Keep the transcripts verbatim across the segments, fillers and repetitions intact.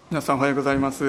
皆さんおはようございます。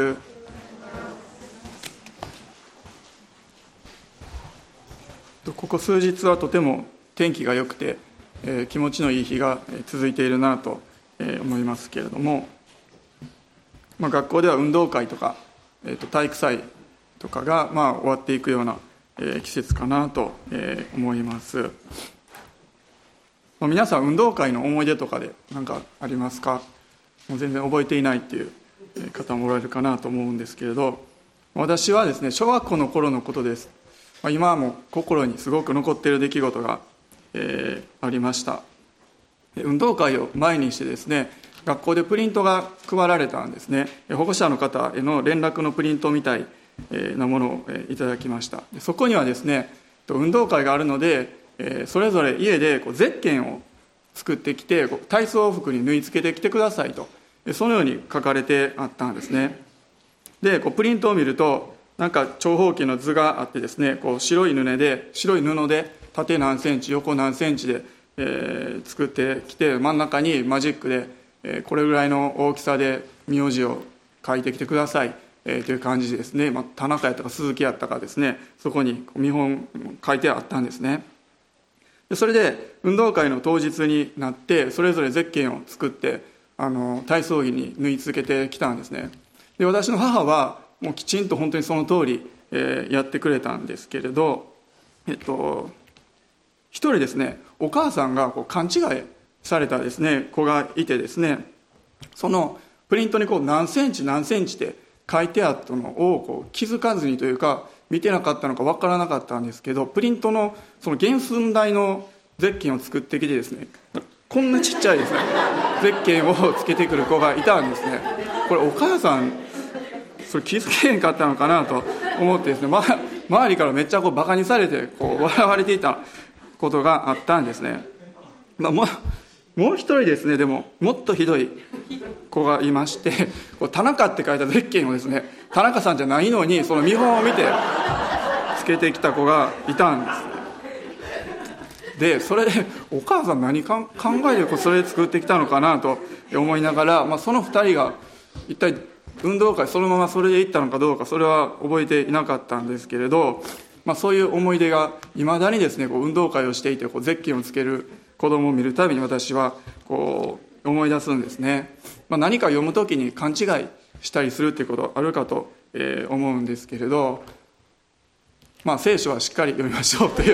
ここ数日はとても天気が良くて、えー、気持ちのいい日が続いているなと思いますけれども、まあ、学校では運動会とか、えー、と体育祭とかがまあ終わっていくような、えー、季節かなと、えー、思います。まあ、皆さん運動会の思い出とかで何かありますか？もう全然覚えていないっていう方もおられるかなと思うんですけれど、私はですね、小学校の頃のことです。まあ、今はもう心にすごく残っている出来事が、えー、ありました。運動会を前にしてですね、学校でプリントが配られたんですね。保護者の方への連絡のプリントみたいなものをいただきました。そこにはですね、運動会があるのでそれぞれ家でこうゼッケンを作ってきて体操服に縫い付けてきてくださいと、そのように書かれてあったんですね。でこうプリントを見るとなんか長方形の図があってですね、こう白い布で白い布で縦何センチ横何センチで、えー、作ってきて、真ん中にマジックで、えー、これぐらいの大きさで名字を書いてきてください、えー、という感じでですね、まあ、田中やったか鈴木やったかですね、そこに見本書いてあったんですね。それで運動会の当日になってそれぞれゼッケンを作ってあの体操着に縫い付けてきたんですね。で私の母はもうきちんと本当にその通り、えー、やってくれたんですけれど、えっと一人ですね、お母さんがこう勘違いされたですね子がいてですね、そのプリントにこう何センチ何センチって書いてあったのをこう気づかずにというか見てなかったのか分からなかったんですけど、プリントのその原寸大のゼッケンを作ってきてですね、こんなちっちゃいですねゼッケンをつけてくる子がいたんですね。これお母さんそれ気づけへんかったのかなと思ってですね、ま、周りからめっちゃこうバカにされてこう笑われていたことがあったんですね。まあ、もう、もう一人ですね、でももっとひどい子がいまして、こう田中って書いたゼッケンをですね、田中さんじゃないのにその見本を見てつけてきた子がいたんです。でそれでお母さん何か考えてそれ作ってきたのかなと思いながら、まあ、そのふたりが一体運動会そのままそれで行ったのかどうかそれは覚えていなかったんですけれど、まあ、そういう思い出がいまだにですね、こう運動会をしていてこうゼッケンをつける子供を見るたびに私はこう思い出すんですね。まあ、何か読むときに勘違いしたりするっていうことあるかと、えー、思うんですけれど、まあ、聖書はしっかり読みましょうという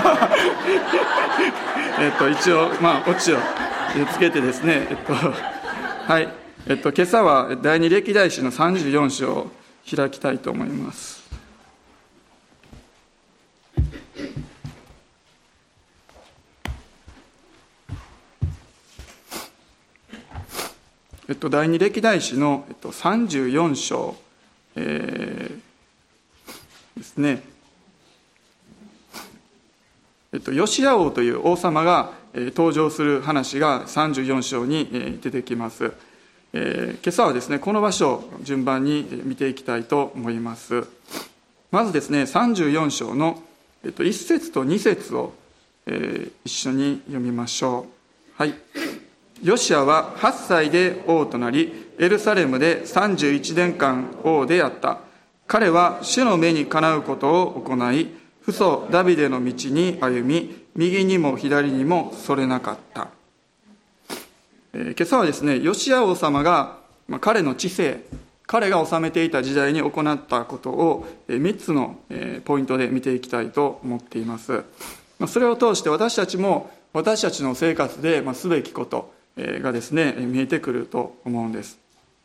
えっと一応、まあ、オチをつけてですね、えっとはい、えっと、今朝は第二歴代史のさんじゅうよん章を開きたいと思います。えっと、第二歴代史の、えっと、さんじゅうよん章、えー、ですね。えっと、ヨシア王という王様が、えー、登場する話がさんじゅうよん章に、えー、出てきます。えー、今朝はですね、この場所を順番に見ていきたいと思います。まずですね、さんじゅうよん章の、えっと、いち節とに節を、えー、一緒に読みましょう。はい。ヨシアははっさいで王となり、エルサレムでさんじゅういちねんかん王であった。彼は主の目にかなうことを行い、父祖ダビデの道に歩み、右にも左にもそれなかった。えー、今朝はですね、ヨシア王様が、まあ、彼の治世、彼が治めていた時代に行ったことを、えー、みっつの、えー、ポイントで見ていきたいと思っています。まあ、それを通して私たちも私たちの生活で、まあ、すべきことがですね、見えてくると思うんです。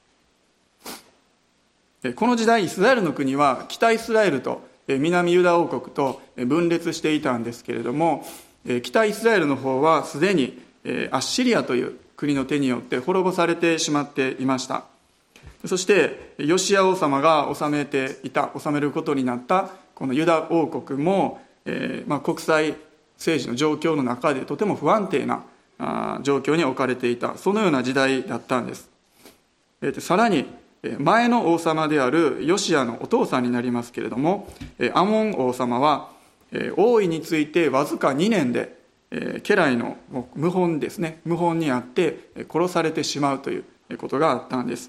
この時代イスラエルの国は北イスラエルと南ユダ王国と分裂していたんですけれども、北イスラエルの方はすでにアッシリアという国の手によって滅ぼされてしまっていました。そしてヨシア王様が治めていた治めることになったこのユダ王国も、えーまあ、国際政治の状況の中でとても不安定な状況に置かれていた、そのような時代だったんです。えー、さらに前の王様であるヨシアのお父さんになりますけれども、アモン王様は王位についてわずかにねんで家来の謀反ですね、謀反にあって殺されてしまうということがあったんです。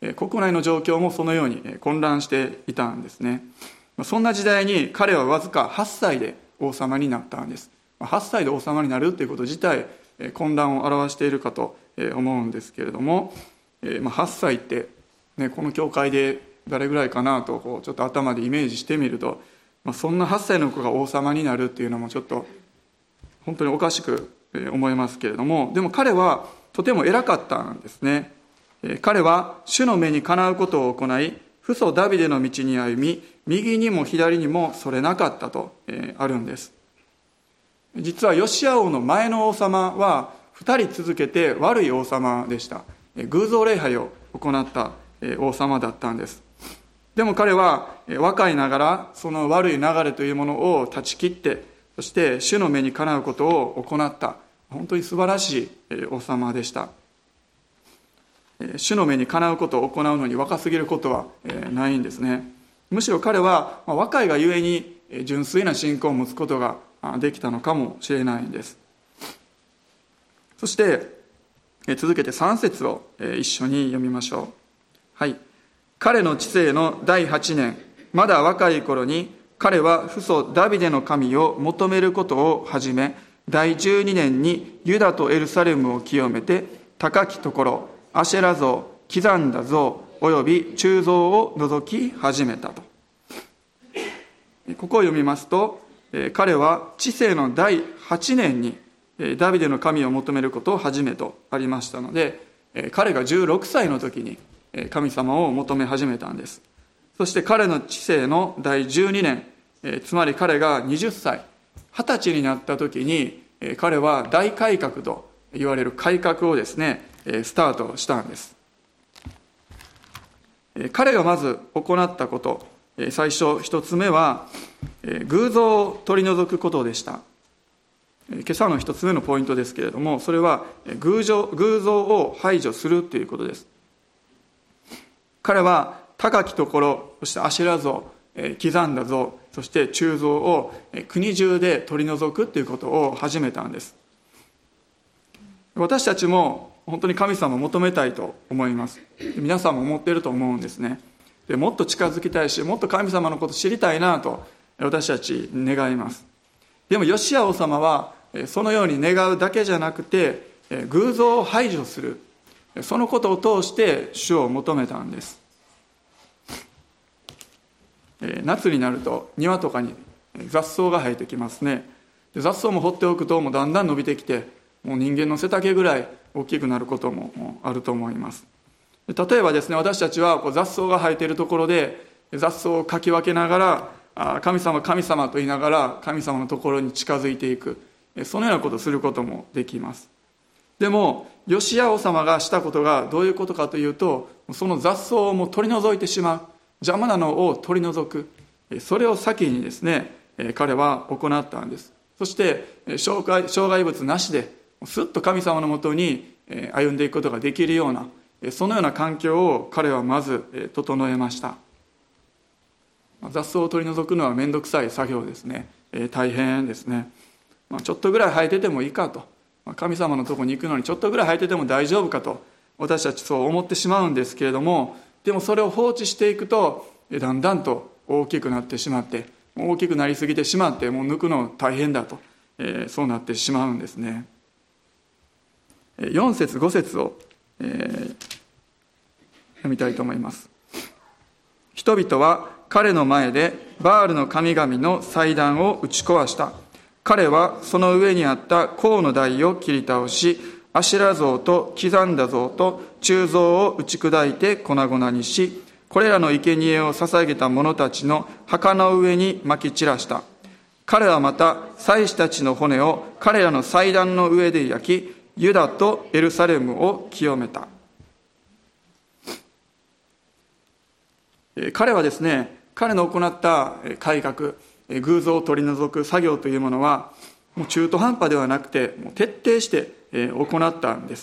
国内の状況もそのように混乱していたんですね。そんな時代に彼はわずかはっさいで王様になったんです。はっさいで王様になるということ自体混乱を表しているかと思うんですけれども、はっさいって、ね、この教会で誰ぐらいかなとこうちょっと頭でイメージしてみると、そんなはっさいの子が王様になるっていうのもちょっと本当におかしく思いますけれども、でも彼はとても偉かったんですね。彼は主の目にかなうことを行い、父祖ダビデの道に歩み、右にも左にもそれなかったとあるんです。実はヨシア王の前の王様はふたり続けて悪い王様でした。偶像礼拝を行った王様だったんです。でも彼は若いながらその悪い流れというものを断ち切って、そして主の目にかなうことを行った、本当に素晴らしい王様でした。主の目にかなうことを行うのに若すぎることはないんですね。むしろ彼は若いがゆえに純粋な信仰を持つことができたのかもしれないんです。そして続けてさん節を一緒に読みましょう。はい。彼の治世のだいはちねん、まだ若い頃に彼は父祖ダビデの神を求めることを始め、だいじゅうにねんにユダとエルサレムを清めて、高きところ、アシェラ像、刻んだ像、および鋳造を除き始めたと。ここを読みますと、彼は治世のだいはちねんにダビデの神を求めることを始めとありましたので、彼がじゅうろくさいの時に神様を求め始めたんです。そして彼の治世のだいじゅうにねん、つまり彼がはたち、はたちになった時に彼は大改革と言われる改革をですねスタートしたんです。彼がまず行ったこと、最初一つ目は偶像を取り除くことでした。今朝の一つ目のポイントですけれども、それは偶像、偶像を排除するということです。彼は高きところ、そしてアシェラ像、刻んだ像、そして鋳造を国中で取り除くということを始めたんです。私たちも本当に神様を求めたいと思います。皆さんも思っていると思うんですね。でもっと近づきたいし、もっと神様のことを知りたいなと私たち願います。でもヨシア王様はそのように願うだけじゃなくて、偶像を排除する、そのことを通して主を求めたんです。夏になると庭とかに雑草が生えてきますね。雑草も放っておくともうだんだん伸びてきて、もう人間の背丈ぐらい大きくなることもあると思います。例えばですね、私たちはこう雑草が生えているところで雑草をかき分けながら、神様神様と言いながら神様のところに近づいていく、そのようなことをすることもできます。でもヨシア王様がしたことがどういうことかというと、その雑草をもう取り除いてしまう、邪魔なのを取り除く、それを先にですね彼は行ったんです。そして障害、障害物なしですっと神様のもとに歩んでいくことができるような、そのような環境を彼はまず整えました。雑草を取り除くのはめんどくさい作業ですね。大変ですね。ちょっとぐらい生えててもいいかと、神様のところに行くのにちょっとぐらい生えてても大丈夫かと私たちそう思ってしまうんですけれども、でもそれを放置していくとだんだんと大きくなってしまって、大きくなりすぎてしまって、もう抜くの大変だと、えー、そうなってしまうんですね。よん節ご節を、えー、読みたいと思います。人々は彼の前でバールの神々の祭壇を打ち壊した。彼はその上にあった甲の台を切り倒し、アシェラ像と刻んだ像と鋳造を打ち砕いて粉々にし、これらの生贄を捧げた者たちの墓の上に撒き散らした。彼はまた祭司たちの骨を彼らの祭壇の上で焼き、ユダとエルサレムを清めた。彼はですね、彼の行った改革、偶像を取り除く作業というものはもう中途半端ではなくて、もう徹底して行ったんです。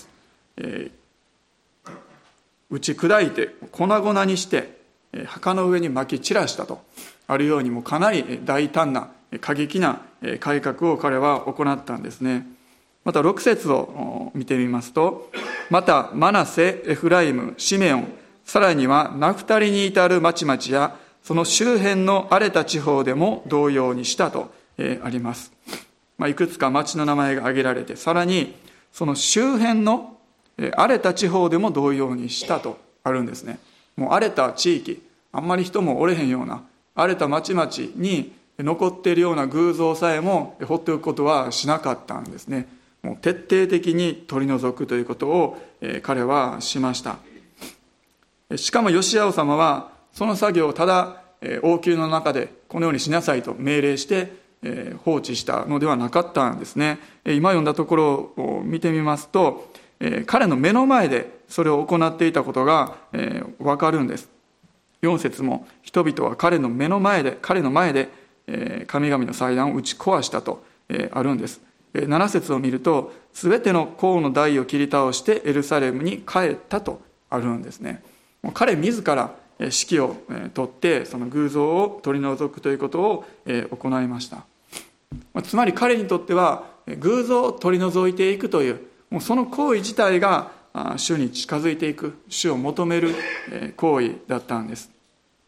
打ち砕いて粉々にして墓の上に撒き散らしたとあるように、もうかなり大胆な過激な改革を彼は行ったんですね。またろく節を見てみますと、またマナセ、エフライム、シメオン、 さらにはナフタリに至る町々やその周辺の荒れた地方でも同様にしたと、えー、あります。まあ、いくつか町の名前が挙げられて、さらにその周辺の、えー、荒れた地方でも同様にしたとあるんですね。もう荒れた地域、あんまり人もおれへんような荒れた町々に残っているような偶像さえも放っておくことはしなかったんですね。もう徹底的に取り除くということを、えー、彼はしました。しかもヨシア王様はその作業をただ、えー、王宮の中でこのようにしなさいと命令して、えー、放置したのではなかったんですね。今読んだところを見てみますと、えー、彼の目の前でそれを行っていたことが、えー、分かるんです。よん節も人々は彼の目の前で彼の前で、えー、神々の祭壇を打ち壊したと、えー、あるんです。なな節を見ると、すべての甲の台を切り倒してエルサレムに帰ったとあるんですね。もう彼自ら指揮を取ってその偶像を取り除くということを行いました。つまり彼にとっては偶像を取り除いていくという、もうその行為自体が主に近づいていく、主を求める行為だったんです。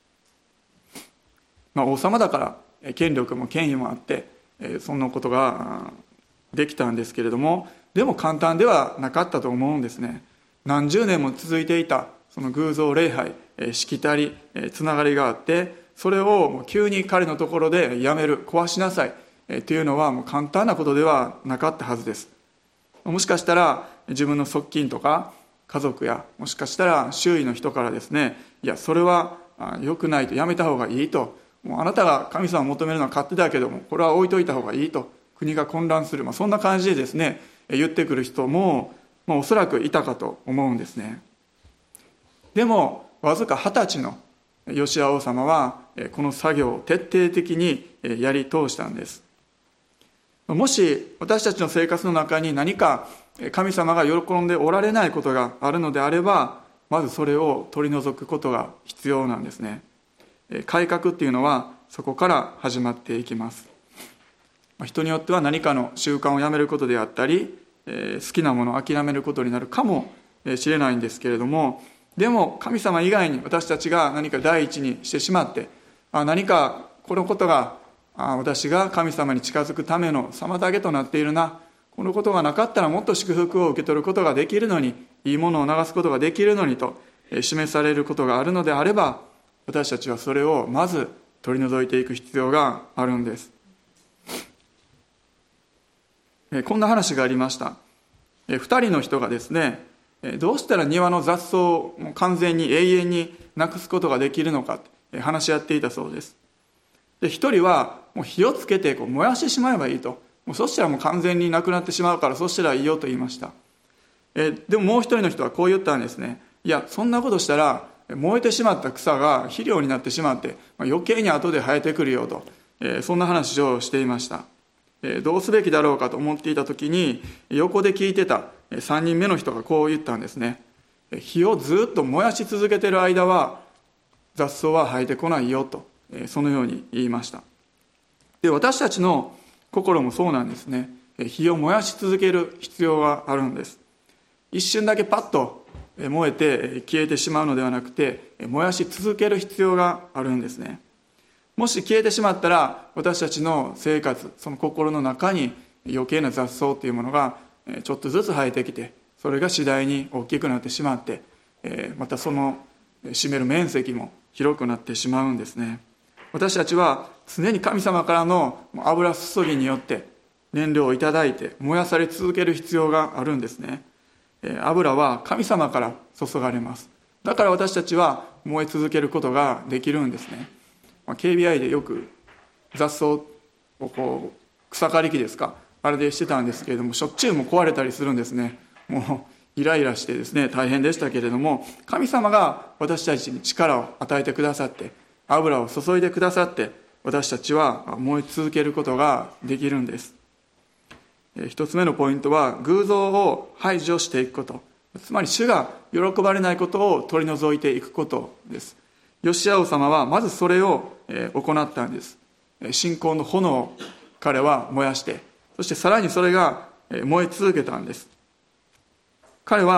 まあ、王様だから権力も権威もあってそんなことができたんですけれども、でも簡単ではなかったと思うんですね。何十年も続いていたその偶像礼拝、しきたり、つながりがあって、それを急に彼のところでやめる、壊しなさいというのはもう簡単なことではなかったはずです。もしかしたら自分の側近とか家族や、もしかしたら周囲の人からですね、いやそれは良くないと、やめた方がいいと、もうあなたが神様を求めるのは勝手だけどもこれは置いといた方がいいと、国が混乱する、まあ、そんな感じでですね言ってくる人も、まあ、おそらくいたかと思うんですね。でもわずか二十歳のヨシア王様はこの作業を徹底的にやり通したんです。もし私たちの生活の中に何か神様が喜んでおられないことがあるのであれば、まずそれを取り除くことが必要なんですね。改革っていうのはそこから始まっていきます。人によっては何かの習慣をやめることであったり、好きなものを諦めることになるかもしれないんですけれども、でも神様以外に私たちが何か第一にしてしまって、何かこのことが私が神様に近づくための妨げとなっているな、このことがなかったらもっと祝福を受け取ることができるのに、いいものを流すことができるのにと示されることがあるのであれば、私たちはそれをまず取り除いていく必要があるんです。こんな話がありました。二人の人がですね、どうしたら庭の雑草を完全に永遠になくすことができるのかって話し合っていたそうです。で、一人はもう火をつけてこう燃やしてしまえばいいと、もうそしたらもう完全になくなってしまうから、そしたらいいよと言いました。えでももう一人の人はこう言ったんですね。いや、そんなことしたら燃えてしまった草が肥料になってしまって、まあ、余計に後で生えてくるよと、えー、そんな話をしていました。どうすべきだろうかと思っていた時に、横で聞いてたさんにんめの人がこう言ったんですね。火をずっと燃やし続けている間は雑草は生えてこないよと、そのように言いました。で、私たちの心もそうなんですね。火を燃やし続ける必要があるんです。一瞬だけパッと燃えて消えてしまうのではなくて、燃やし続ける必要があるんですね。もし消えてしまったら、私たちの生活、その心の中に余計な雑草というものがちょっとずつ生えてきて、それが次第に大きくなってしまって、またその占める面積も広くなってしまうんですね。私たちは常に神様からの油注ぎによって燃料をいただいて燃やされ続ける必要があるんですね。油は神様から注がれます。だから私たちは燃え続けることができるんですね。ケービーアイ でよく雑草をこう草刈り機ですか、あれでしてたんですけれども、しょっちゅうも壊れたりするんですね。もうイライラしてですね大変でしたけれども、神様が私たちに力を与えてくださって油を注いでくださって、私たちは燃え続けることができるんです。一つ目のポイントは偶像を排除していくこと、つまり主が喜ばれないことを取り除いていくことです。ヨシア王様はまずそれを行ったんです。信仰の炎を彼は燃やして、そしてさらにそれが燃え続けたんです。彼は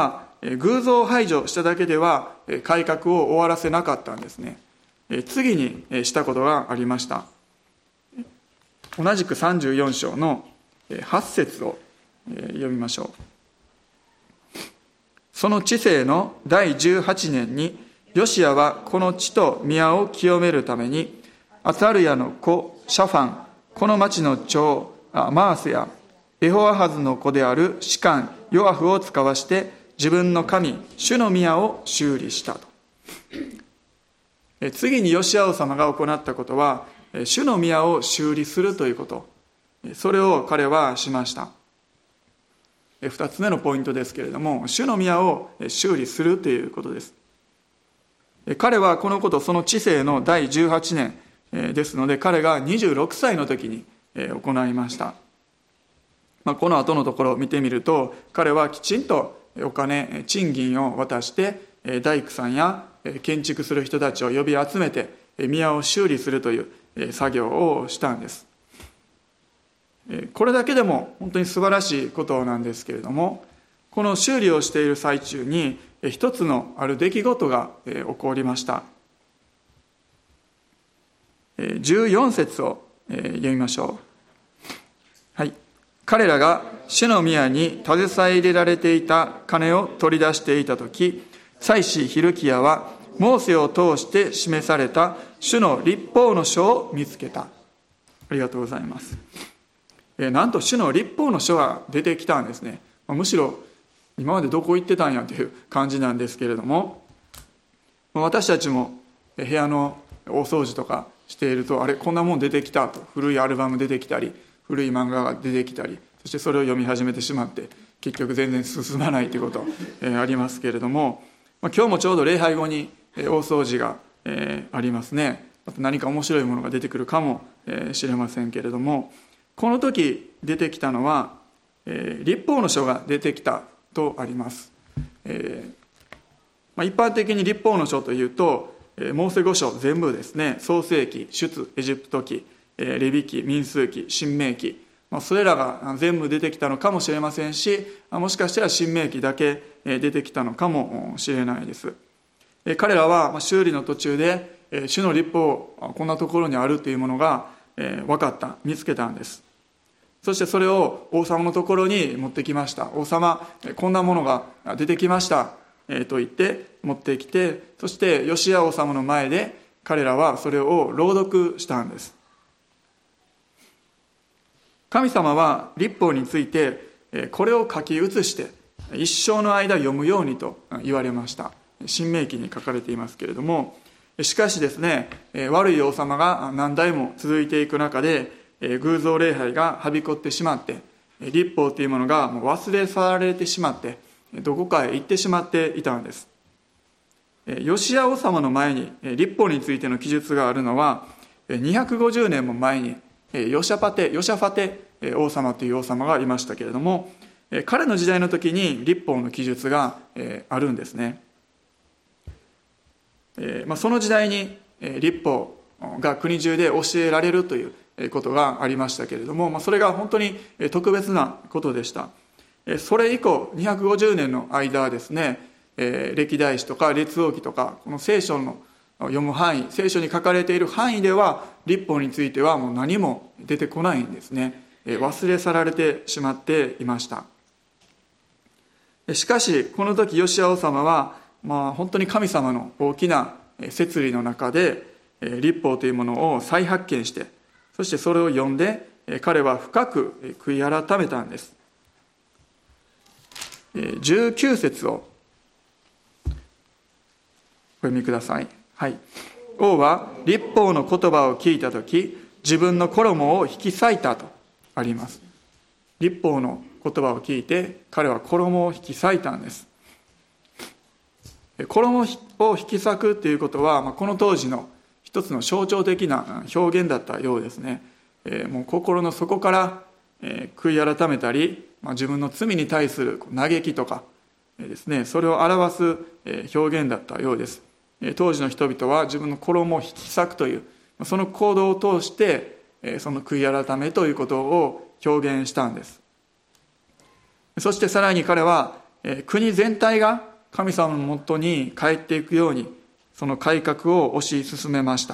偶像を排除しただけでは改革を終わらせなかったんですね。次にしたことがありました。同じくさんじゅうよん章のはち節を読みましょう。その治世のだいじゅうはちねんにヨシアはこの地と宮を清めるためにアツァルヤの子シャファン、この町の長マーセやエホアハズの子である士官ヨアフを使わして自分の神主の宮を修理したと。次にヨシア王様が行ったことは主の宮を修理するということ、それを彼はしました。二つ目のポイントですけれども、主の宮を修理するということです。彼はこのこと、その治世のだいじゅうはちねんですので、彼がにじゅうろくさいの時に行いました。まあ、この後のところを見てみると、彼はきちんとお金、賃金を渡して、大工さんや建築する人たちを呼び集めて、宮を修理するという作業をしたんです。これだけでも本当に素晴らしいことなんですけれども、この修理をしている最中に一つのある出来事が起こりました。じゅうよん節を読みましょう。はい。彼らが主の宮に携え入れられていた金を取り出していたとき、祭司ヒルキヤはモーセを通して示された主の律法の書を見つけた。ありがとうございます。えなんと主の律法の書が出てきたんですね。むしろ今までどこ行ってたんやという感じなんですけれども、私たちも部屋の大掃除とかしていると、あれこんなもん出てきたと、古いアルバム出てきたり、古い漫画が出てきたり、そしてそれを読み始めてしまって結局全然進まないということ、えー、ありますけれども、まあ、今日もちょうど礼拝後に大掃除が、えー、ありますね。また何か面白いものが出てくるかもしれませんけれども、この時出てきたのは、えー、律法の書が出てきたとあります。えーまあ、一般的に律法の書というと、えー、モーセ五書全部ですね、創世記、出エジプト記、えー、レビ記、民数記、申命記、まあ、それらが全部出てきたのかもしれませんし、もしかしたら申命記だけ出てきたのかもしれないです。えー、彼らは修理の途中で、えー、主の律法こんなところにあるというものが、えー、分かった、見つけたんです。そしてそれを王様のところに持ってきました。王様、こんなものが出てきました、えー、と言って持ってきて、そしてヨシア王様の前で彼らはそれを朗読したんです。神様は律法についてこれを書き写して一生の間読むようにと言われました。申命記に書かれていますけれども、しかしですね、悪い王様が何代も続いていく中で偶像礼拝がはびこってしまって、律法というものがもう忘れ去られてしまってどこかへ行ってしまっていたんです。ヨシア王様の前に律法についての記述があるのはにひゃくごじゅうねんも前にヨシャパテヨシャファテ王様という王様がいましたけれども、彼の時代の時に律法の記述があるんですね。その時代に律法が国中で教えられるということがありましたけれども、それが本当に特別なことでした。それ以降にひゃくごじゅうねんの間はですね、歴代史とか列王記とかこの聖書の読む範囲、聖書に書かれている範囲では律法についてはもう何も出てこないんですね。忘れ去られてしまっていました。しかしこの時ヨシア王様は、まあ、本当に神様の大きな摂理の中で律法というものを再発見して、そしてそれを読んで彼は深く悔い改めたんです。じゅうきゅう節をお読みください。はい。王は律法の言葉を聞いたとき、自分の衣を引き裂いたとあります。律法の言葉を聞いて彼は衣を引き裂いたんです。衣を引き裂くということは、この当時の一つの象徴的な表現だったようですね。もう心の底から悔い改めたり、自分の罪に対する嘆きとかですね、それを表す表現だったようです。当時の人々は自分の衣を引き裂くというその行動を通してその悔い改めということを表現したんです。そしてさらに彼は国全体が神様のもとに帰っていくように、その改革を推し進めました。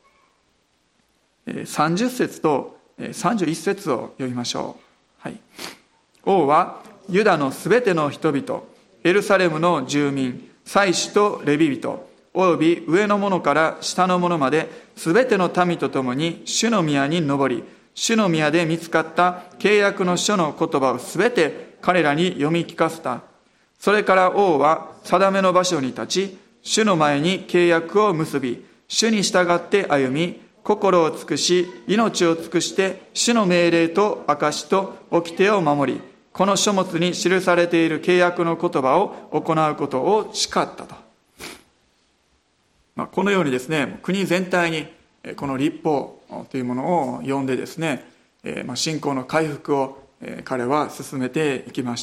さんじゅっ節とさんじゅういち節を読みましょう。はい、王はユダのすべての人々、エルサレムの住民、祭司とレビ人、および上の者から下の者まで、すべての民と共に主の宮に登り、主の宮で見つかった契約の書の言葉をすべて彼らに読み聞かせた。それから王は定めの場所に立ち、主の前に契約を結び、主に従って歩み、心を尽くし、命を尽くして、主の命令と証と掟を守り、この書物に記されている契約の言葉を行うことを誓ったと。まあ、このようにですね、国全体にこの律法というものを読んでですね、まあ、信仰の回復を彼は進めていきました。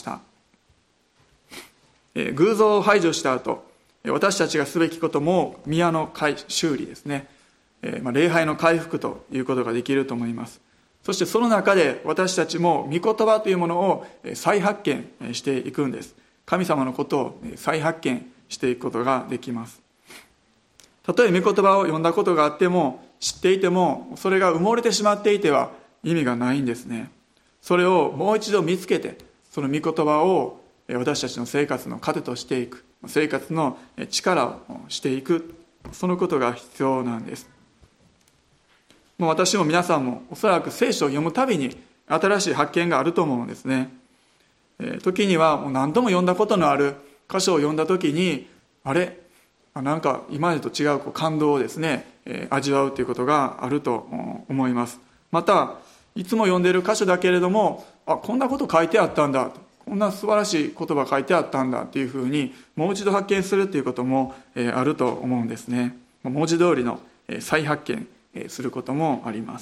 偶像を排除した後、私たちがすべきことも宮の修理ですね、まあ、礼拝の回復ということができると思います。そしてその中で私たちも御言葉というものを再発見していくんです。神様のことを再発見していくことができます。たとえ御言葉を読んだことがあっても、知っていても、それが埋もれてしまっていては意味がないんですね。それをもう一度見つけて、その御言葉を私たちの生活の糧としていく、生活の力をしていく、そのことが必要なんです。もう私も皆さんもおそらく聖書を読むたびに新しい発見があると思うんですね。えー、時にはもう何度も読んだことのある箇所を読んだ時に、あれなんか今までと違うこう感動をですね、えー、味わうということがあると思います。またいつも読んでいる箇所だけれども、あ、こんなこと書いてあったんだ、こんな素晴らしい言葉書いてあったんだっていうふうにもう一度発見するということも、えー、あると思うんですね。文字通りの再発見することもあります。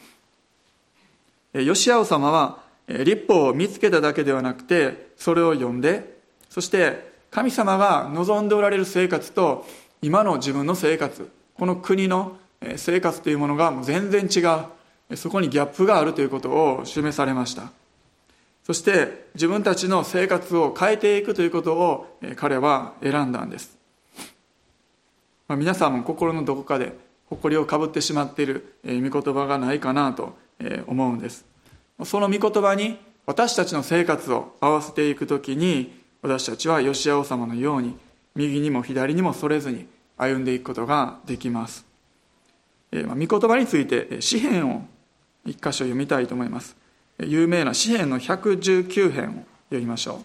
ヨシア王様は律法を見つけただけではなくて、それを読んで、そして神様が望んでおられる生活と今の自分の生活、この国の生活というものが全然違う、そこにギャップがあるということを示されました。そして自分たちの生活を変えていくということを彼は選んだんです。皆さんも心のどこかで誇りをかぶってしまっている御言葉がないかなと思うんです。その御言葉に私たちの生活を合わせていくときに、私たちはヨシア王様のように右にも左にもそれずに歩んでいくことができます。御言葉について詩編を一箇所読みたいと思います。有名な詩編のひゃくじゅうきゅう編を読みましょう。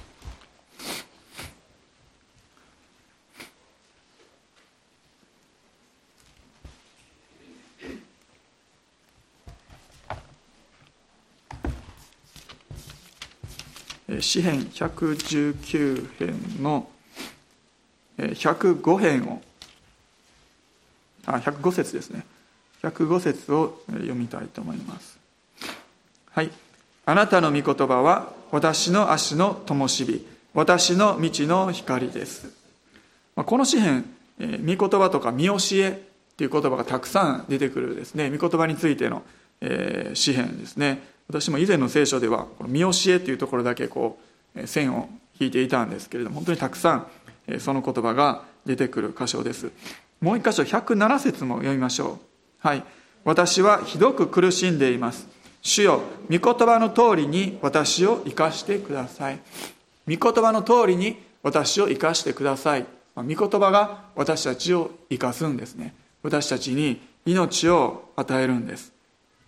詩編ひゃくじゅうきゅう編のひゃくご編を、あ、ひゃくご節ですね。ひゃくご節を読みたいと思います。はい。あなたの御言葉は私の足の灯火、私の道の光です。この詩編、御言葉とか見教えという言葉がたくさん出てくるですね、御言葉についての詩編ですね。私も以前の聖書ではこの見教えというところだけこう線を引いていたんですけれども、本当にたくさんその言葉が出てくる箇所です。もう一箇所ひゃくなな節も読みましょう。はい。私はひどく苦しんでいます。主よ、御言葉の通りに私を生かしてください。御言葉の通りに私を生かしてください。御言葉が私たちを生かすんですね。私たちに命を与えるんです。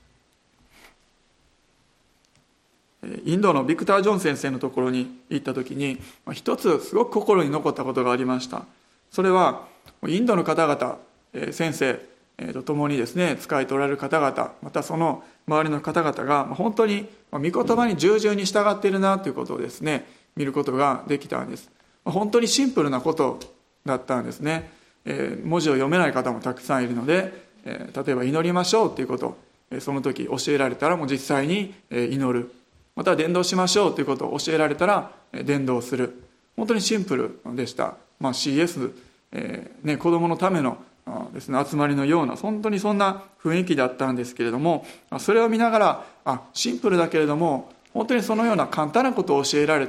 インドのビクター・ジョン先生のところに行った時に、一つすごく心に残ったことがありました。それはインドの方々、先生と共にですね、仕えておられる方々、またその周りの方々が本当に御言葉に従順に従っているなということをですね、見ることができたんです。本当にシンプルなことだったんですね。文字を読めない方もたくさんいるので、例えば祈りましょうということをその時教えられたらもう実際に祈る、また伝道しましょうということを教えられたら伝道する。本当にシンプルでした。まあ、シーエス、えーね、子供のためのですね、集まりのような本当にそんな雰囲気だったんですけれども、それを見ながら、あ、シンプルだけれども本当にそのような簡単なことを教えられて、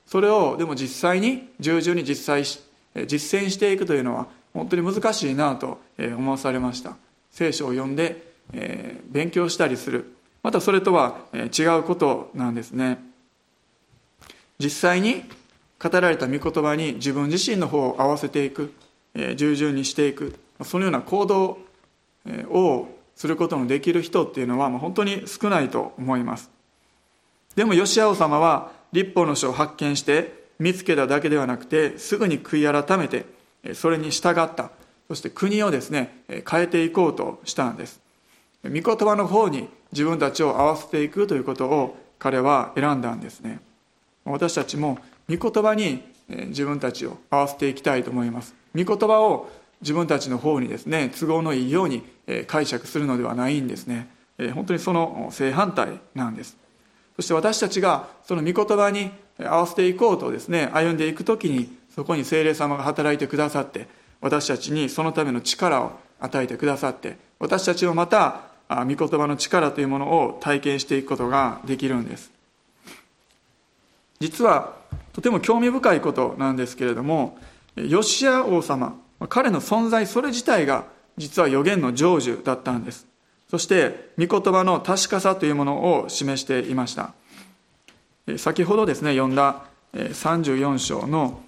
それをでも実際に従順に実際し実践していくというのは本当に難しいなと思わされました。聖書を読んで勉強したりする、またそれとは違うことなんですね。実際に語られた御言葉に自分自身の方を合わせていく、従順にしていく、そのような行動をすることのできる人っていうのは本当に少ないと思います。でもヨシア王様は律法の書を発見して見つけただけではなくて、すぐに悔い改めてそれに従った。そして国をですね変えていこうとしたんです。御言葉の方に自分たちを合わせていくということを彼は選んだんですね。私たちも御言葉に自分たちを合わせていきたいと思います。御言葉を自分たちの方にですね都合のいいように解釈するのではないんですね。本当にその正反対なんです。そして私たちがその御言葉に合わせていこうとですね歩んでいくときに、そこに聖霊様が働いてくださって、私たちにそのための力を与えてくださって、私たちもまた御言葉の力というものを体験していくことができるんです。実はとても興味深いことなんですけれども、ヨシア王様、彼の存在それ自体が実は預言の成就だったんです。そして御言葉の確かさというものを示していました。先ほどですね読んださんじゅうよん章の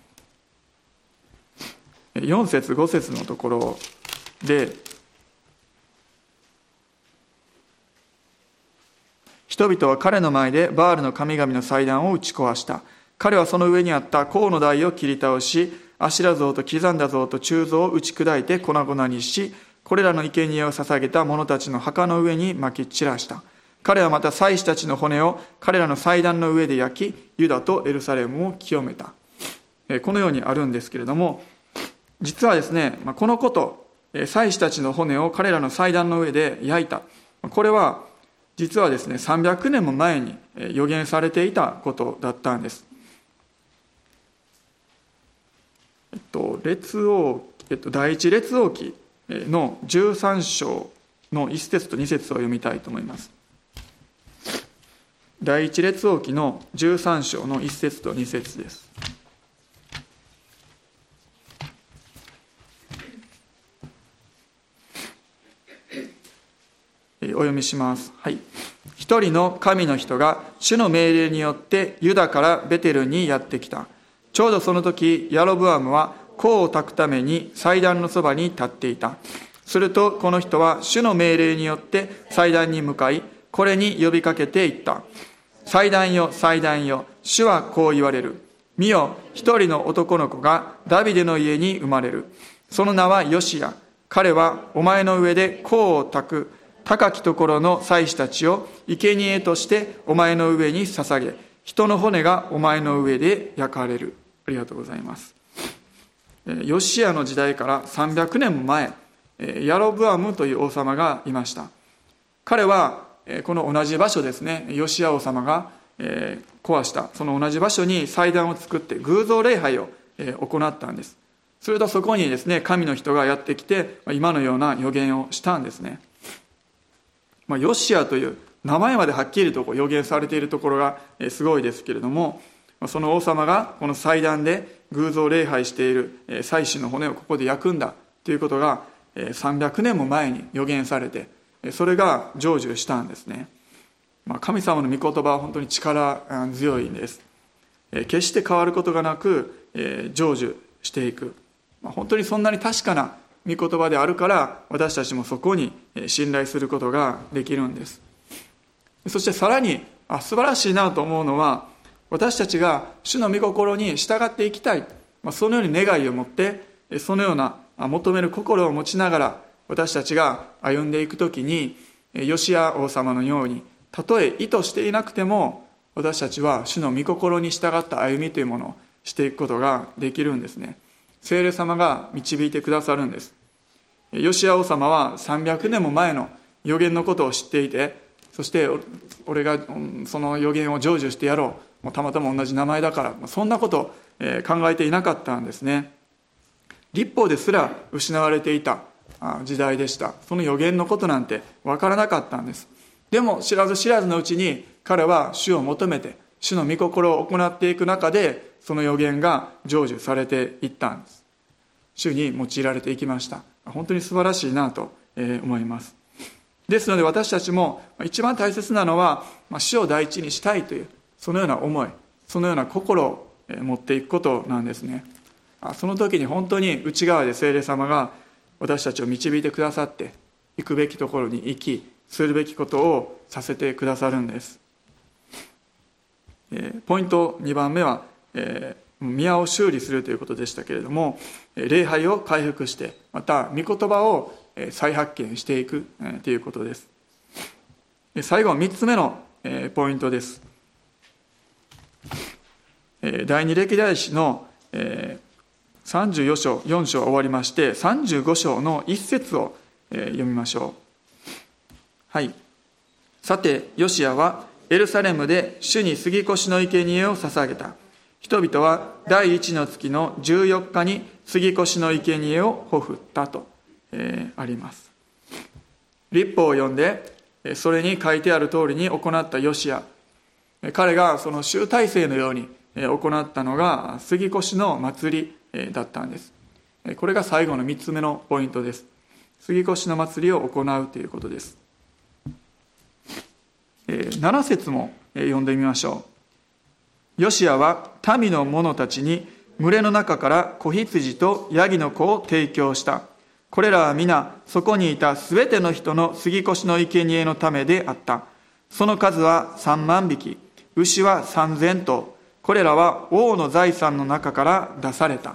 よん節ご節のところで、人々は彼の前でバールの神々の祭壇を打ち壊した。彼はその上にあった甲の台を切り倒し、アシラ像と刻んだ像と鋳像を打ち砕いて粉々にし、これらの生贄を捧げた者たちの墓の上に撒き散らした。彼はまた祭司たちの骨を彼らの祭壇の上で焼き、ユダとエルサレムを清めた。このようにあるんですけれども、実はですね、このこと、祭司たちの骨を彼らの祭壇の上で焼いた。これは実はですね、さんびゃくねんも前に予言されていたことだったんです。えっと、列王、えっと、第一列王記のじゅうさん章のいち節とに節を読みたいと思います。第一列王記のじゅうさん章のいち節とに節です。お読みします。はい。一人の神の人が主の命令によってユダからベテルにやってきた。ちょうどその時、ヤロブアムは香を焚くために祭壇のそばに立っていた。するとこの人は主の命令によって祭壇に向かい、これに呼びかけていった。祭壇よ、祭壇よ、主はこう言われる。見よ、一人の男の子がダビデの家に生まれる。その名はヨシア。彼はお前の上で香を焚く高きところの祭司たちを生贄としてお前の上に捧げ、人の骨がお前の上で焼かれる。ありがとうございます。ヨシアの時代からさんびゃくねんも前、ヤロブアムという王様がいました。彼はこの同じ場所ですね、ヨシア王様が壊したその同じ場所に祭壇を作って偶像礼拝を行ったんです。するとそこにですね、神の人がやってきて今のような予言をしたんですね。まあ、ヨシアという名前まではっきりと予言されているところがすごいですけれども、その王様がこの祭壇で偶像礼拝している祭司の骨をここで焼くんだということがさんびゃくねんも前に予言されて、それが成就したんですね。まあ、神様の御言葉は本当に力強いんです。決して変わることがなく成就していく、まあ、本当にそんなに確かな御言葉であるから私たちもそこに信頼することができるんです。そしてさらにあ素晴らしいなと思うのは、私たちが主の御心に従っていきたい、まあ、そのように願いを持ってそのような求める心を持ちながら私たちが歩んでいくときに、ヨシア王様のようにたとえ意図していなくても私たちは主の御心に従った歩みというものをしていくことができるんですね。聖霊様が導いてくださるんです。ヨシア王様はさんびゃくねんも前の預言のことを知っていて、そして俺がその預言を成就してやろう、もうたまたま同じ名前だから、そんなことを考えていなかったんですね。律法ですら失われていた時代でした。その預言のことなんて分からなかったんです。でも知らず知らずのうちに彼は主を求めて主の御心を行っていく中で、その予言が成就されていったんです。主に用いられていきました。本当に素晴らしいなと思います。ですので私たちも一番大切なのは、主を第一にしたいという、そのような思い、そのような心を持っていくことなんですね。その時に本当に内側で聖霊様が私たちを導いてくださって、行くべきところに行き、するべきことをさせてくださるんです。ポイントにばんめは、宮を修理するということでしたけれども、礼拝を回復して、また御言葉を再発見していくということです。最後みっつめのポイントです。第二歴代史のさんじゅうよん章、よん章終わりまして、さんじゅうご章の一節を読みましょう。はい。さて、ヨシアはエルサレムで主に杉越の生贄を捧げた。人々は第一の月のじゅうよっかに杉越の生贄をほふったと、えー、あります。律法を読んで、それに書いてある通りに行ったヨシア。彼がその集大成のように行ったのが杉越の祭りだったんです。これが最後のみっつめのポイントです。杉越の祭りを行うということです。なな節も読んでみましょう。ヨシアは民の者たちに群れの中から子羊とヤギの子を提供した。これらは皆そこにいたすべての人の杉越の生贄のためであった。その数は三万匹、牛は三千頭。これらは王の財産の中から出された。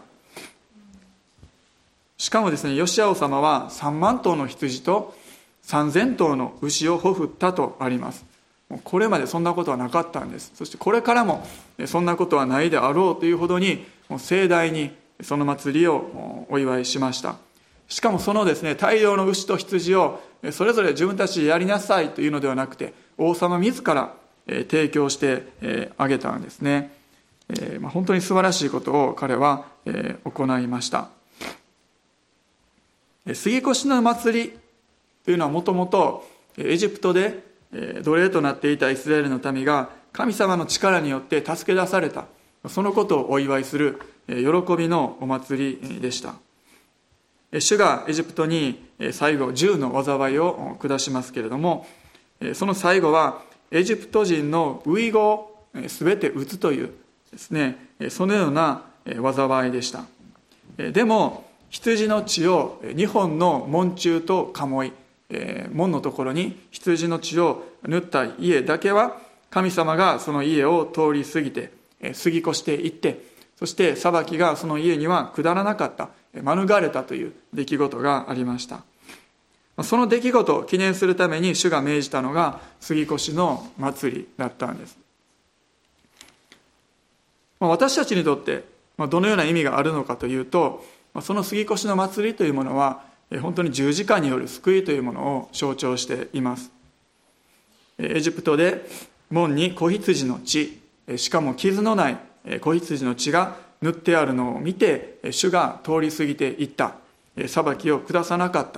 しかもですね、ヨシア王様は三万頭の羊と三千頭の牛をほふったとあります。これまでそんなことはなかったんです。そしてこれからもそんなことはないであろうというほどに盛大にその祭りをお祝いしました。しかもそのですね、大量の牛と羊をそれぞれ自分たちでやりなさいというのではなくて、王様自ら提供してあげたんですね。本当に素晴らしいことを彼は行いました。杉越の祭りというのはもともとエジプトで奴隷となっていたイスラエルの民が神様の力によって助け出された、そのことをお祝いする喜びのお祭りでした。主がエジプトに最後じゅうの災いを下しますけれども、その最後はエジプト人の遺語を全て打つというですね、そのような災いでした。でも羊の血をにほんの門柱と鴨居、門のところに羊の血を塗った家だけは神様がその家を通り過ぎて過ぎ越していって、そして裁きがその家には下らなかった、免れたという出来事がありました。その出来事を記念するために主が命じたのが杉越の祭りだったんです。私たちにとってどのような意味があるのかというと、その杉越の祭りというものは本当に十字架による救いというものを象徴しています。エジプトで門に子羊の血、しかも傷のない子羊の血が塗ってあるのを見て主が通り過ぎていった、裁きを下さなかった。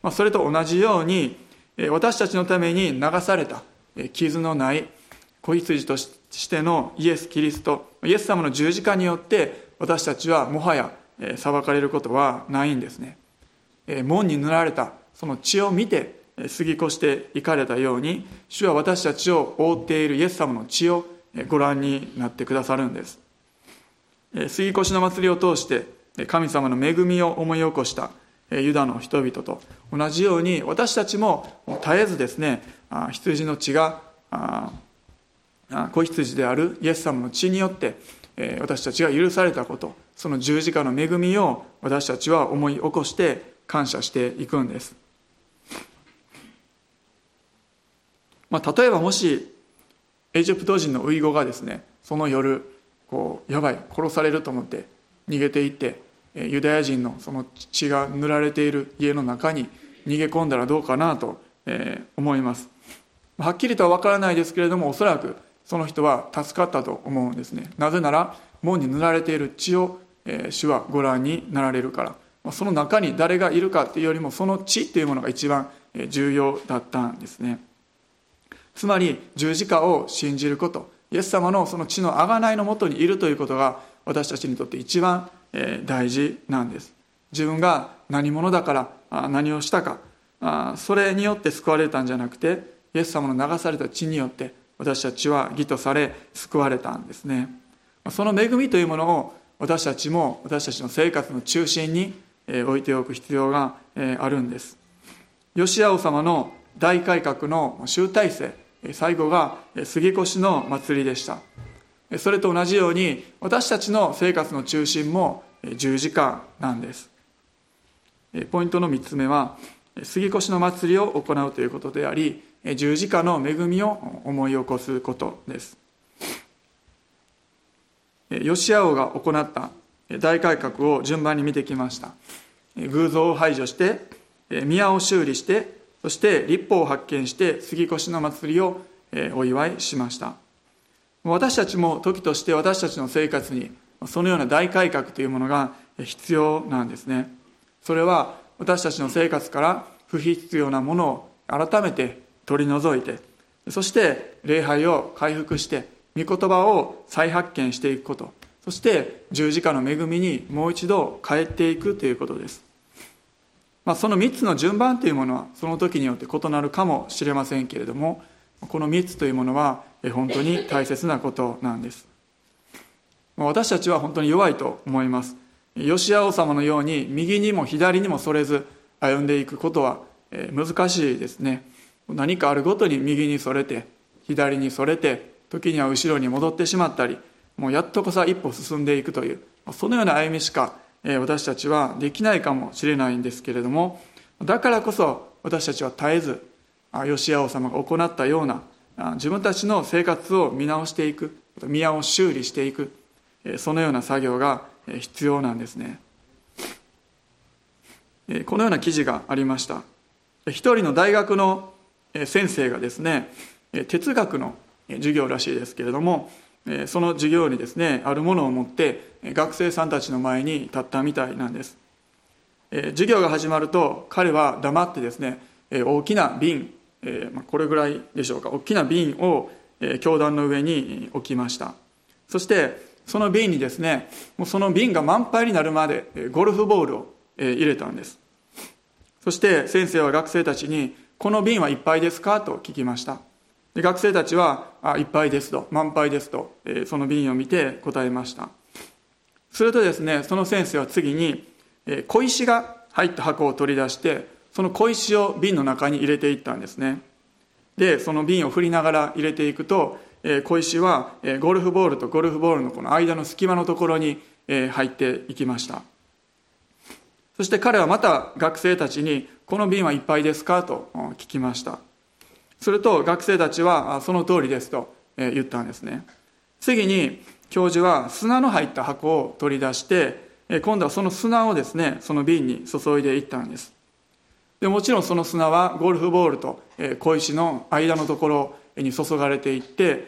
それと同じように私たちのために流された傷のない子羊としてのイエス・キリスト、イエス様の十字架によって私たちはもはや裁かれることはないんですね。門に塗られたその血を見て過ぎ越していかれたように、主は私たちを覆っているイエス様の血をご覧になってくださるんです。過ぎ越しの祭りを通して神様の恵みを思い起こしたユダの人々と同じように、私たちも絶えずですね、羊の血が子羊であるイエス様の血によって私たちが許されたこと、その十字架の恵みを私たちは思い起こして感謝していくんです。まあ、例えばもしエジプト人の遺語がですね、その夜こうやばい殺されると思って逃げていって、ユダヤ人のその血が塗られている家の中に逃げ込んだらどうかなと思います。はっきりとは分からないですけれども、おそらくその人は助かったと思うんですね。なぜなら門に塗られている血を主はご覧になられるから。その中に誰がいるかというよりも、その血というものが一番重要だったんですね。つまり十字架を信じること、 イエス様のその血の贖いのもとにいるということが私たちにとって一番大事なんです。自分が何者だから何をしたか、それによって救われたんじゃなくて、イエス様の流された血によって私たちは義とされ救われたんですね。その恵みというものを私たちも私たちの生活の中心に置いておく必要があるんです。ヨシア王様の大改革の集大成、最後が杉越の祭りでした。それと同じように私たちの生活の中心も十字架なんです。ポイントのみっつめは、杉越の祭りを行うということであり、十字架の恵みを思い起こすことです。ヨシア王が行った大改革を順番に見てきました。偶像を排除して宮を修理して、そして律法を発見して杉越の祭りをお祝いしました。私たちも時として私たちの生活にそのような大改革というものが必要なんですね。それは私たちの生活から不必要なものを改めて取り除いて、そして礼拝を回復して御言葉を再発見していくこと、そして十字架の恵みにもう一度帰っていくということです。まあ、そのみっつの順番というものはその時によって異なるかもしれませんけれども、このみっつというものは本当に大切なことなんです。私たちは本当に弱いと思います。ヨシア王様のように右にも左にもそれず歩んでいくことは難しいですね。何かあるごとに右にそれて左にそれて、時には後ろに戻ってしまったり、もうやっとこさ一歩進んでいくという、そのような歩みしか私たちはできないかもしれないんですけれども、だからこそ私たちは絶えずヨシア王様が行ったような自分たちの生活を見直していく、宮を修理していく、そのような作業が必要なんですね。このような記事がありました。一人の大学の先生がですね、哲学の授業らしいですけれども、その授業にですね、あるものを持って学生さんたちの前に立ったみたいなんです。授業が始まると彼は黙ってですね、大きな瓶、これぐらいでしょうか、大きな瓶を教壇の上に置きました。そしてその瓶にですね、もうその瓶が満杯になるまでゴルフボールを入れたんです。そして先生は学生たちに、この瓶はいっぱいですかと聞きました。で学生たちは、あ、いっぱいですと、満杯ですと、その瓶を見て答えました。するとですね、その先生は次に小石が入った箱を取り出して、その小石を瓶の中に入れていったんですね。でその瓶を振りながら入れていくと、小石はゴルフボールとゴルフボールのこの間の隙間のところに入っていきました。そして彼はまた学生たちに、この瓶はいっぱいですかと聞きました。すると学生たちはその通りですと言ったんですね。次に教授は砂の入った箱を取り出して、今度はその砂をですね、その瓶に注いでいったんです。でもちろんその砂はゴルフボールと小石の間のところに注がれていって、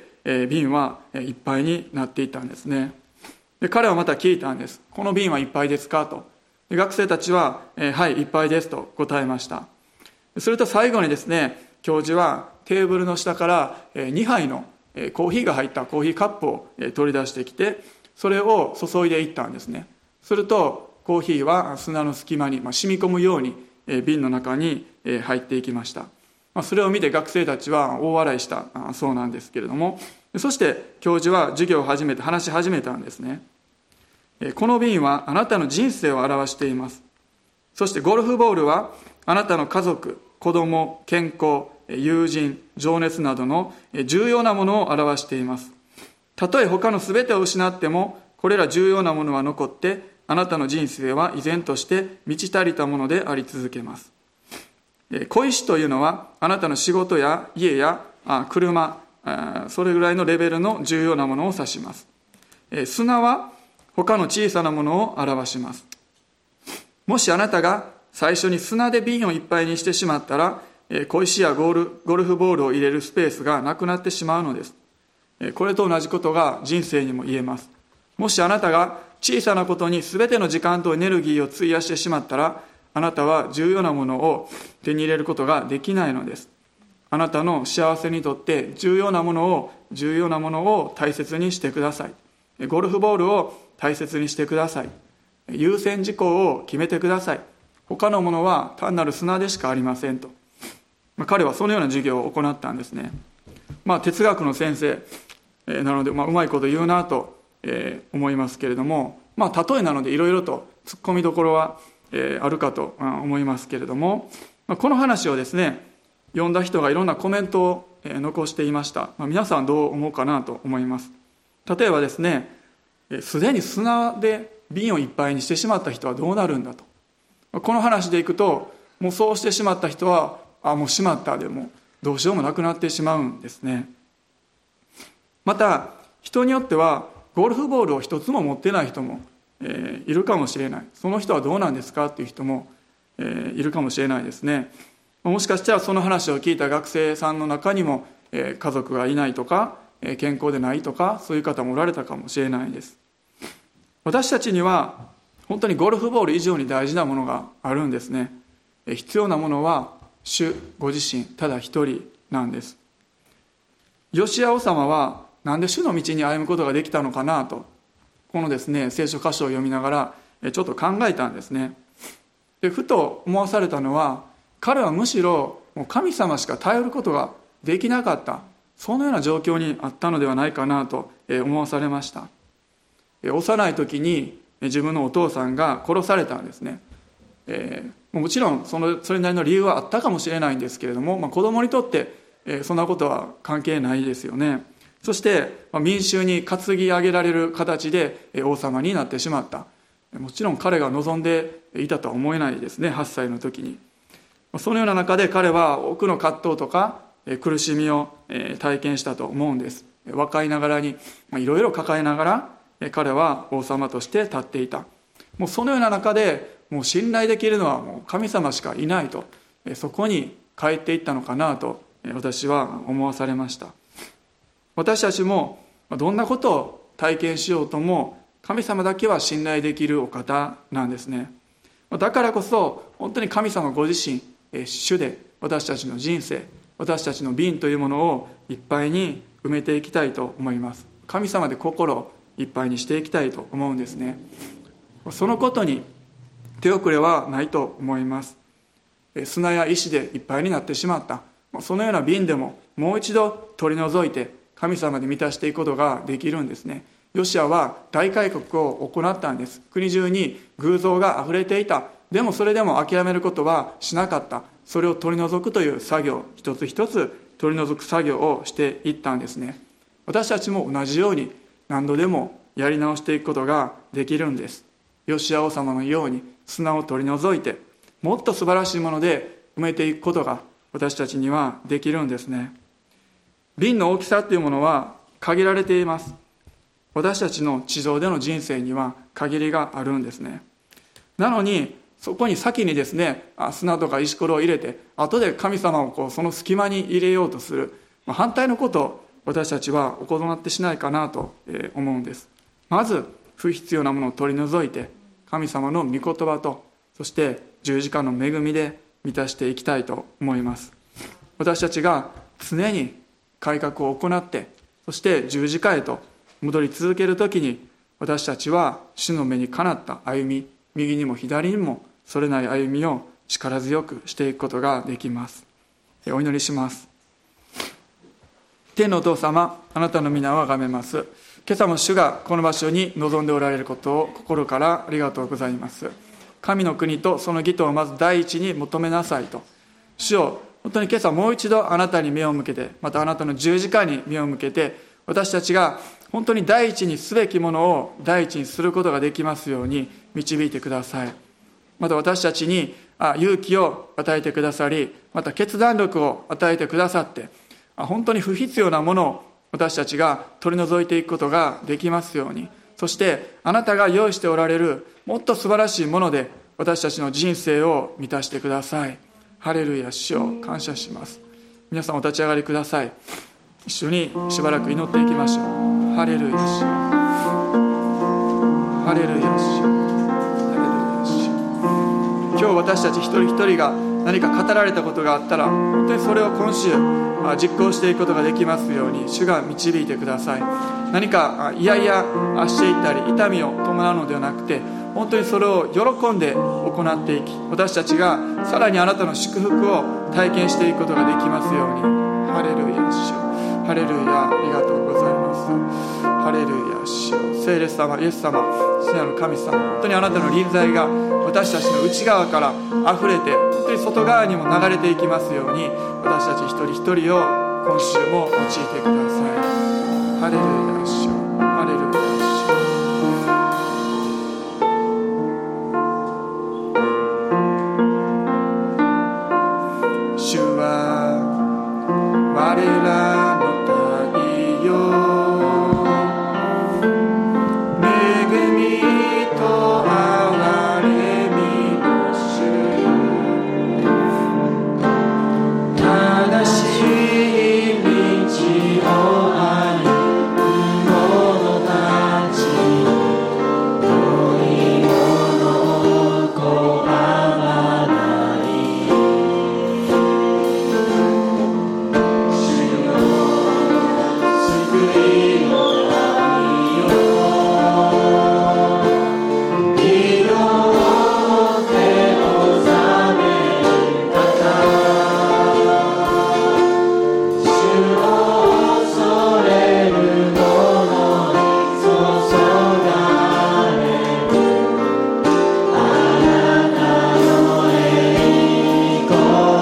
瓶はいっぱいになっていったんですね。で彼はまた聞いたんです。この瓶はいっぱいですかと。で学生たちは、はい、いっぱいですと答えました。すると最後にですね、教授はテーブルの下からにはいのコーヒーが入ったコーヒーカップを取り出してきて、それを注いでいったんですね。するとコーヒーは砂の隙間に染み込むように瓶の中に入っていきました。それを見て学生たちは大笑いしたそうなんですけれども、そして教授は授業を始めて話し始めたんですね。この瓶はあなたの人生を表しています。そしてゴルフボールはあなたの家族、子供、健康、友人、情熱などの重要なものを表しています。たとえ他の全てを失っても、これら重要なものは残って、あなたの人生は依然として満ち足りたものであり続けます。小石というのはあなたの仕事や家や車、それぐらいのレベルの重要なものを指します。砂は他の小さなものを表します。もしあなたが最初に砂で瓶をいっぱいにしてしまったら、小石やゴール、ゴルフボールを入れるスペースがなくなってしまうのです。これと同じことが人生にも言えます。もしあなたが小さなことに全ての時間とエネルギーを費やしてしまったら、あなたは重要なものを手に入れることができないのです。 あなたの幸せにとって重要なものを重要なものを大切にしてください。ゴルフボールを大切にしてください。優先事項を決めてください。他のものは単なる砂でしかありませんと、まあ、彼はそのような授業を行ったんですね。まあ、哲学の先生、えー、なので、まあ、うまいこと言うなと、えー、思いますけれども、まあ、例えなのでいろいろと突っ込みどころは、えー、あるかと思いますけれども、まあ、この話をですね読んだ人がいろんなコメントを、えー、残していました。まあ、皆さんどう思うかなと思います。例えばですね、すでに砂で瓶をいっぱいにしてしまった人はどうなるんだと。この話でいくと、もうそうしてしまった人は、あ、もうしまったでもどうしようもなくなってしまうんですね。また人によってはゴルフボールを一つも持ってない人も、えー、いるかもしれない。その人はどうなんですかっていう人も、えー、いるかもしれないですね。もしかしたらその話を聞いた学生さんの中にも、えー、家族がいないとか、えー、健康でないとか、そういう方もおられたかもしれないです。私たちには本当にゴルフボール以上に大事なものがあるんですね。必要なものは主ご自身ただ一人なんです。ヨシア王様はなんで主の道に歩むことができたのかなと、このですね聖書箇所を読みながらちょっと考えたんですね。でふと思わされたのは、彼はむしろもう神様しか頼ることができなかった、そのような状況にあったのではないかなと思わされました。幼い時に自分のお父さんが殺されたんですね。えー、もちろんそのそれなりの理由はあったかもしれないんですけれども、まあ、子供にとって、えー、そんなことは関係ないですよね。そして、まあ、民衆に担ぎ上げられる形で、えー、王様になってしまった。もちろん彼が望んでいたとは思えないですね。はっさいの時にそのような中で彼は多くの葛藤とか、えー、苦しみを、えー、体験したと思うんです。若いながらにいろいろ抱えながら彼は王様として立っていた。もうそのような中でもう信頼できるのはもう神様しかいないと、そこに帰っていったのかなと私は思わされました。私たちもどんなことを体験しようとも神様だけは信頼できるお方なんですね。だからこそ本当に神様ご自身主で私たちの人生、私たちの瓶というものをいっぱいに埋めていきたいと思います。神様で心をいっぱいにしていきたいと思うんですね。そのことに手遅れはないと思います。砂や石でいっぱいになってしまった、そのような瓶でももう一度取り除いて神様で満たしていくことができるんですね。ヨシアは大改革を行ったんです。国中に偶像があふれていた。でもそれでも諦めることはしなかった。それを取り除くという作業、一つ一つ取り除く作業をしていったんですね。私たちも同じように何度でもやり直していくことができるんです。ヨシア王様のように砂を取り除いてもっと素晴らしいもので埋めていくことが私たちにはできるんですね。瓶の大きさというものは限られています。私たちの地上での人生には限りがあるんですね。なのにそこに先にですね砂とか石ころを入れて後で神様をこうその隙間に入れようとする反対のことを私たちは行ってしないかなと思うんです。まず不必要なものを取り除いて神様の御言葉とそして十字架の恵みで満たしていきたいと思います。私たちが常に改革を行ってそして十字架へと戻り続けるときに私たちは主の目にかなった歩み、右にも左にもそれない歩みを力強くしていくことができます。お祈りします。天のお父様、あなたの皆をあがめます。今朝も主がこの場所に臨んでおられることを心からありがとうございます。神の国とその義とをまず第一に求めなさいと。主よ、本当に今朝もう一度あなたに目を向けて、またあなたの十字架に目を向けて、私たちが本当に第一にすべきものを第一にすることができますように導いてください。また私たちに勇気を与えてくださり、また決断力を与えてくださって、本当に不必要なものを私たちが取り除いていくことができますように、そしてあなたが用意しておられるもっと素晴らしいもので私たちの人生を満たしてください。ハレルヤ、主を感謝します。皆さんお立ち上がりください。一緒にしばらく祈っていきましょう。ハレルヤ、主、ハレルヤ、主、ハレルヤ、主。今日私たち一人一人が何か語られたことがあったら、本当にそれを今週実行していくことができますように主が導いてください。何かいやいやしていたり痛みを伴うのではなくて、本当にそれを喜んで行っていき、私たちがさらにあなたの祝福を体験していくことができますように。ハレルヤ主よ、ハレルヤ、ありがとうございます。ハレルヤ主よ、聖霊様、イエス様、父なる神様、本当にあなたの臨在が私たちの内側から溢れて、本当に外側にも流れていきますように、私たち一人一人を今週も用いてください。ハレルヤ主よ、ハレルヤ主よ。主は我らの太陽、恵みと憐れみの主、正しい道を歩く者たち、良いものを拒まない。主よ、救いの神よ、義を手を収める方、主を恐れる者に注がれるあなたの栄光。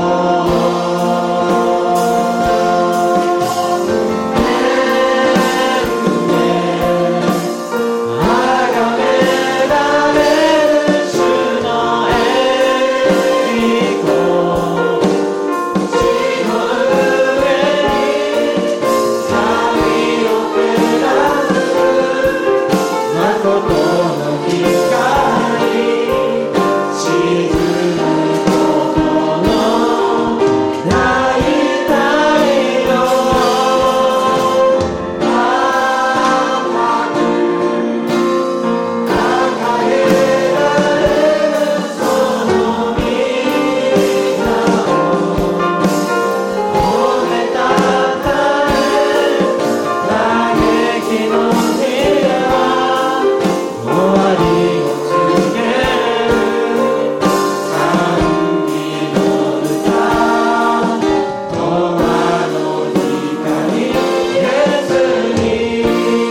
崇められる主の栄光、地の上に神を下す誠の光、沈むことのない太陽、高く掲げられるその御名を褒めたたえ、嘆きの日は終わりを告げる賛美の歌、永遠の光イエスに。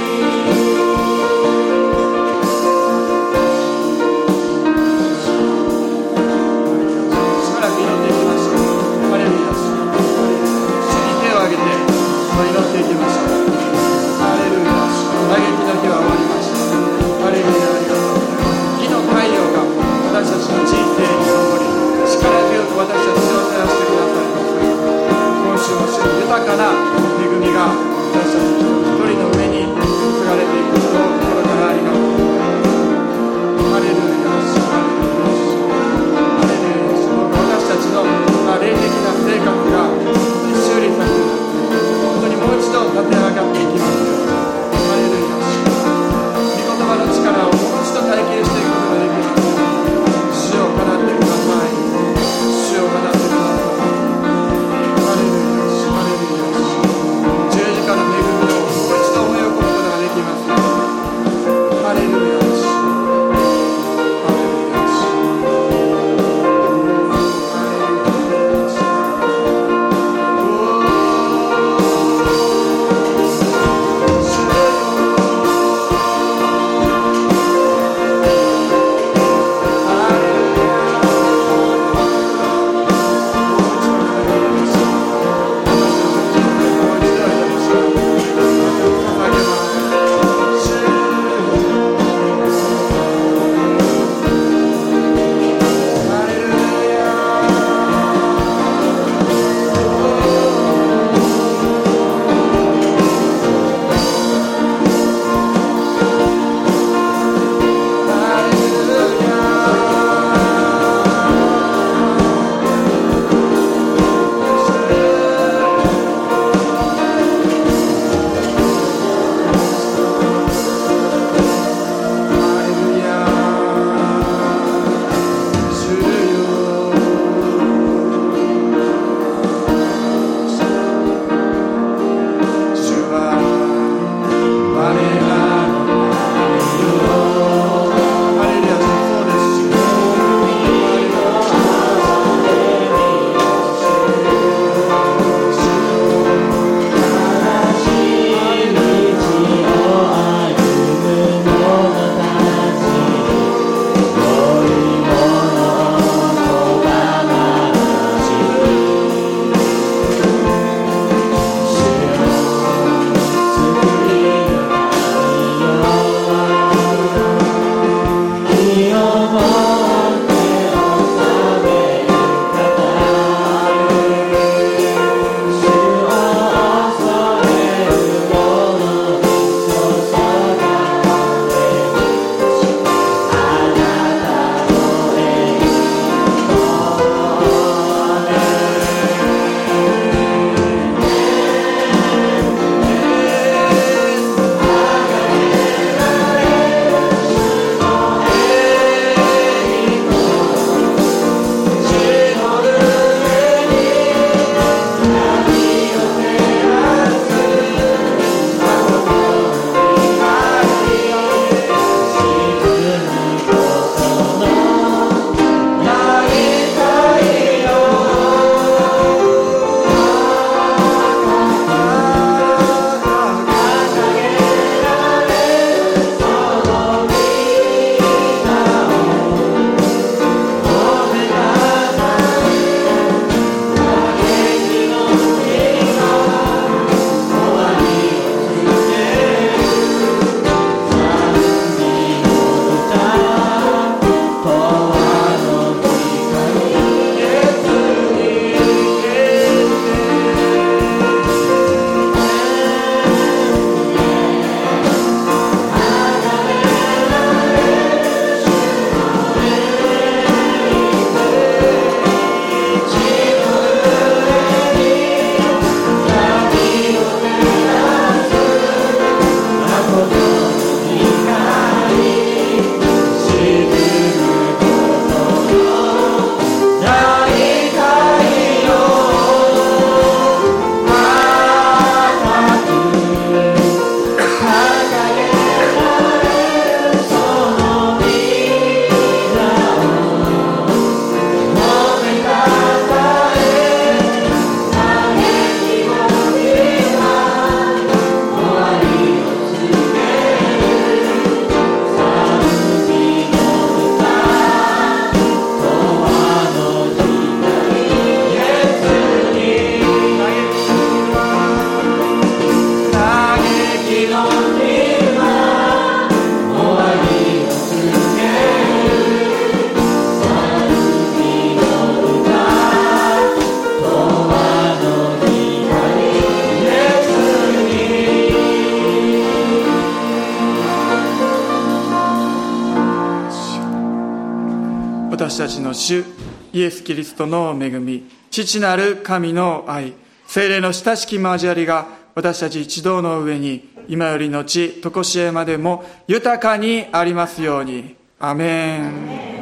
しばらく祈っていきましょう。ハレルヤ主、主に手を挙げて祈っていきましょう。ハレルヤ主、嘆きの日は終わりました。ハレルヤ、ありがとうございます。義の太陽が私たちの人生に昇り、力強く私たちを照らしてくださいます。今週も主の豊かな恵みが私たち一人の上に注がれていくことを心からありがとうございます。ハレルヤ主、ハレルヤ主、ハレルヤ主、私たちのまあ霊的な生活が本当に修理されて、本当にもう一度立て上がっていきますように。ハレルヤ主、御言葉の力をもう一度体験していくことができますように。主を語ってください。主を語ってください。ハレルヤ主、ハレルヤ主、十字架の恵みをもう一私たちの主イエス・キリストの恵み、父なる神の愛、聖霊の親しき交わりが私たち一同の上に今よりのち常しえまでも豊かにありますように。アメン。